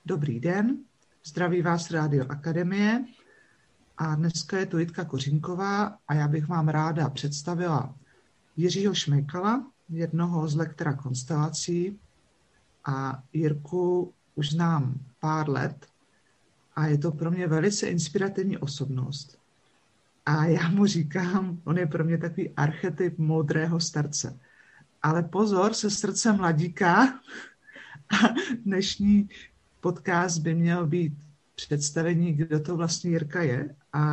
Dobrý den, zdraví vás Rádio Akademie a dneska je tu Jitka Kořínková a já bych vám ráda představila Jiřího Šmejkala, jednoho z lektora konstelací, a Jirku už znám pár let a je to pro mě velice inspirativní osobnost. A já mu říkám, on je pro mě takový archetyp moudrého starce. Ale pozor, se srdcem mladíka, a dnešní podcast by měl být představení, kdo to vlastně Jirka je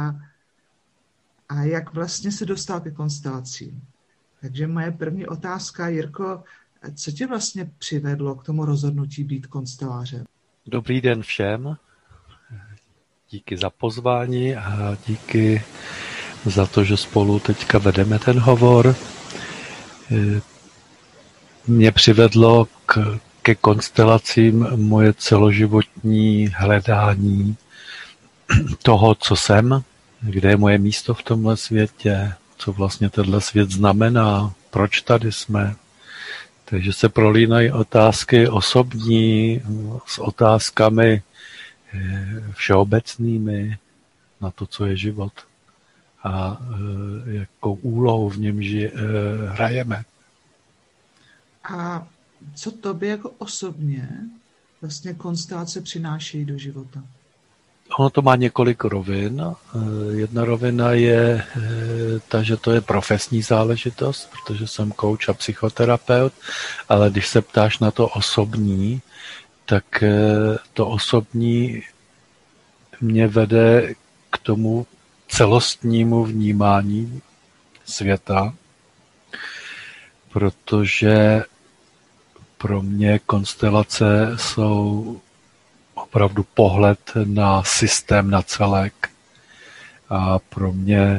a jak vlastně se dostal ke konstelacím. Takže moje první otázka, Jirko, co tě vlastně přivedlo k tomu rozhodnutí být konstelářem? Dobrý den všem. Díky za pozvání a díky za to, že spolu teďka vedeme ten hovor. Mě přivedlo ke konstelacím moje celoživotní hledání toho, co jsem, kde je moje místo v tomhle světě, co vlastně tenhle svět znamená, proč tady jsme. Takže se prolínají otázky osobní s otázkami všeobecnými na to, co je život a jakou úlohu v něm hrajeme. A co tobě jako osobně vlastně konstelace přináší do života? Ono to má několik rovin. Jedna rovina je ta, že to je profesní záležitost, protože jsem coach a psychoterapeut, ale když se ptáš na to osobní, tak to osobní mě vede k tomu celostnímu vnímání světa, protože pro mě konstelace jsou opravdu pohled na systém, na celek. A pro mě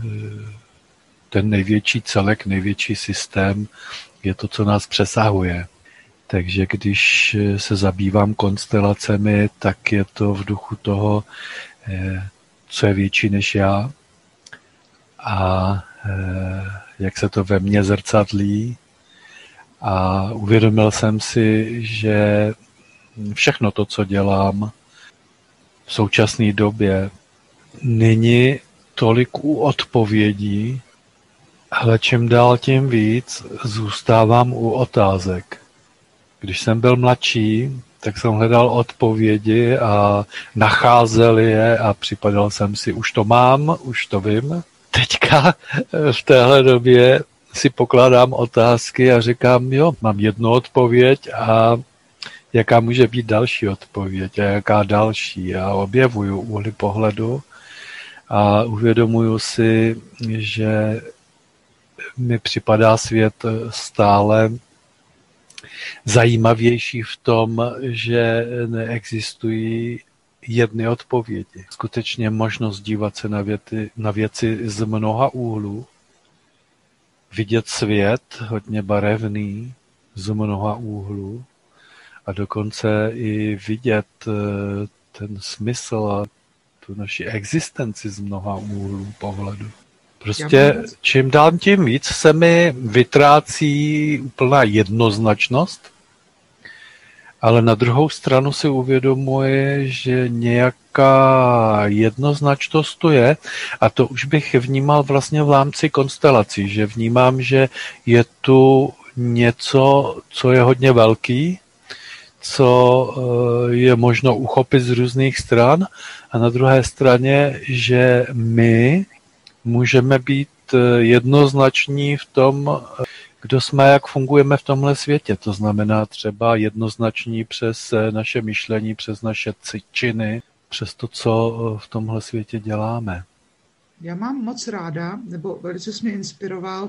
ten největší celek, největší systém je to, co nás přesahuje. Takže když se zabývám konstelacemi, tak je to v duchu toho, co je větší než já a jak se to ve mně zrcadlí. A uvědomil jsem si, že všechno to, co dělám v současné době, není tolik u odpovědí, ale čím dál tím víc zůstávám u otázek. Když jsem byl mladší, tak jsem hledal odpovědi a nacházel je a připadal jsem si, už to mám, už to vím. Teďka v téhle době si pokládám otázky a říkám, jo, mám jednu odpověď a jaká může být další odpověď a jaká další. A objevuju úhly pohledu a uvědomuju si, že mi připadá svět stále zajímavější v tom, že neexistují jedny odpovědi. Skutečně možnost dívat se na věci z mnoha úhlů, vidět svět hodně barevný z mnoha úhlů a dokonce i vidět ten smysl a tu naši existenci z mnoha úhlů pohledu. Prostě čím dál tím víc se mi vytrácí úplná jednoznačnost, ale na druhou stranu si uvědomuji, že nějaká jednoznačnost tu je a to už bych vnímal vlastně v rámci konstelací, že vnímám, že je tu něco, co je hodně velký, co je možno uchopit z různých stran a na druhé straně, že my můžeme být jednoznační v tom, kdo jsme, jak fungujeme v tomhle světě. To znamená třeba jednoznační přes naše myšlení, přes naše činy, přes to, co v tomhle světě děláme. Já mám moc ráda, nebo velice jsi mě inspiroval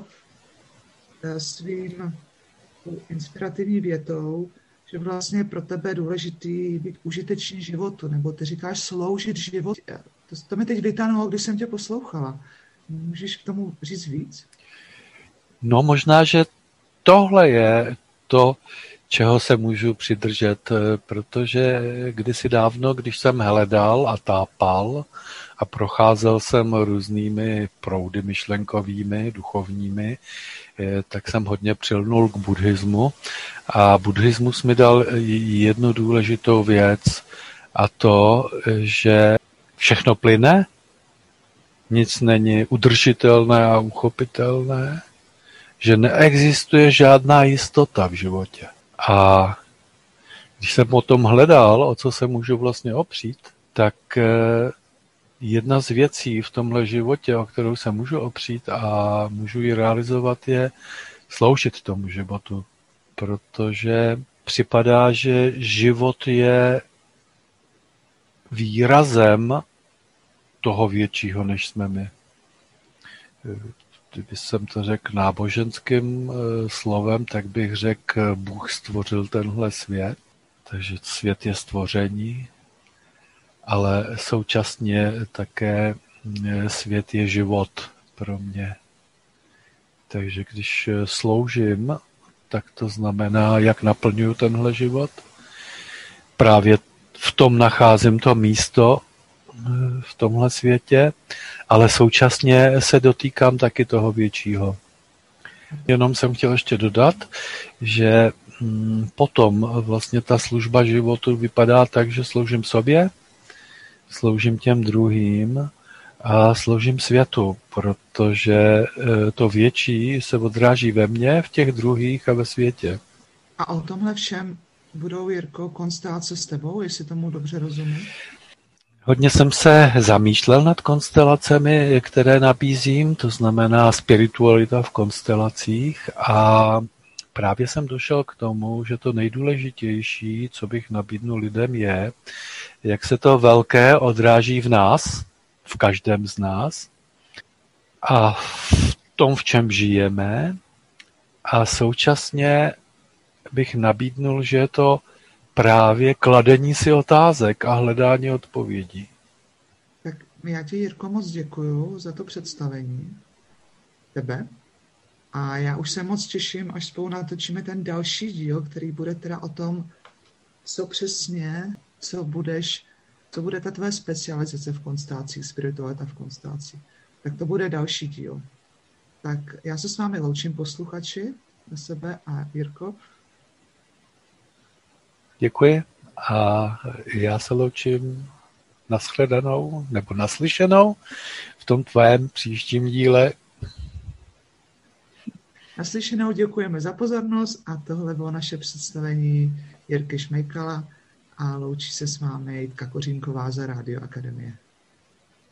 svým inspirativní větou, že vlastně pro tebe je důležitý být užitečný životu, nebo ty říkáš sloužit životu. To mi teď vytáhnulo, když jsem tě poslouchala. Můžeš k tomu říct víc? No možná, že tohle je to, čeho se můžu přidržet, protože kdysi dávno, když jsem hledal a tápal a procházel jsem různými proudy myšlenkovými, duchovními, tak jsem hodně přilnul k buddhismu a buddhismus mi dal jednu důležitou věc, A to, že všechno plyne, nic není udržitelné a uchopitelné, že neexistuje žádná jistota v životě. A když jsem o tom hledal, o co se můžu vlastně opřít, tak jedna z věcí v tomhle životě, o kterou se můžu opřít a můžu ji realizovat, je sloužit tomu životu. Protože připadá, že život je výrazem toho většího, než jsme my. Kdyby jsem to řekl náboženským slovem, tak bych řekl, Bůh stvořil tenhle svět, takže svět je stvoření, ale současně také svět je život pro mě. Takže když sloužím, tak to znamená, jak naplňuji tenhle život. Právě v tom nacházím to místo v tomhle světě, ale současně se dotýkám taky toho většího. Jenom jsem chtěl ještě dodat, že potom vlastně ta služba životu vypadá tak, že sloužím sobě, sloužím těm druhým a sloužím světu, protože to větší se odráží ve mně, v těch druhých a ve světě. A o tomhle všem budou, Jirko, konstelace s tebou, jestli tomu dobře rozumím? Hodně jsem se zamýšlel nad konstelacemi, které nabízím, to znamená spiritualita v konstelacích, a právě jsem došel k tomu, že to nejdůležitější, co bych nabídnul lidem, je, jak se to velké odráží v nás, v každém z nás a v tom, v čem žijeme, a současně bych nabídnul, že je to právě kladení si otázek a hledání odpovědí. Tak já ti, Jirko, moc děkuju za to představení tebe. A já už se moc těším, až spolu natočíme ten další díl, který bude teda o tom, co přesně, co bude ta tvoje specializace v konstelacích, spiritualita v konstelacích. Tak to bude další díl. Tak já se s vámi loučím, posluchači, na sebe a Jirko. Děkuji a já se loučím nashledanou nebo naslyšenou v tom tvém příštím díle. Naslyšenou, děkujeme za pozornost a tohle bylo naše představení Jirky Šmejkala a loučí se s vámi Jitka Kořínková za Rádio Akademie.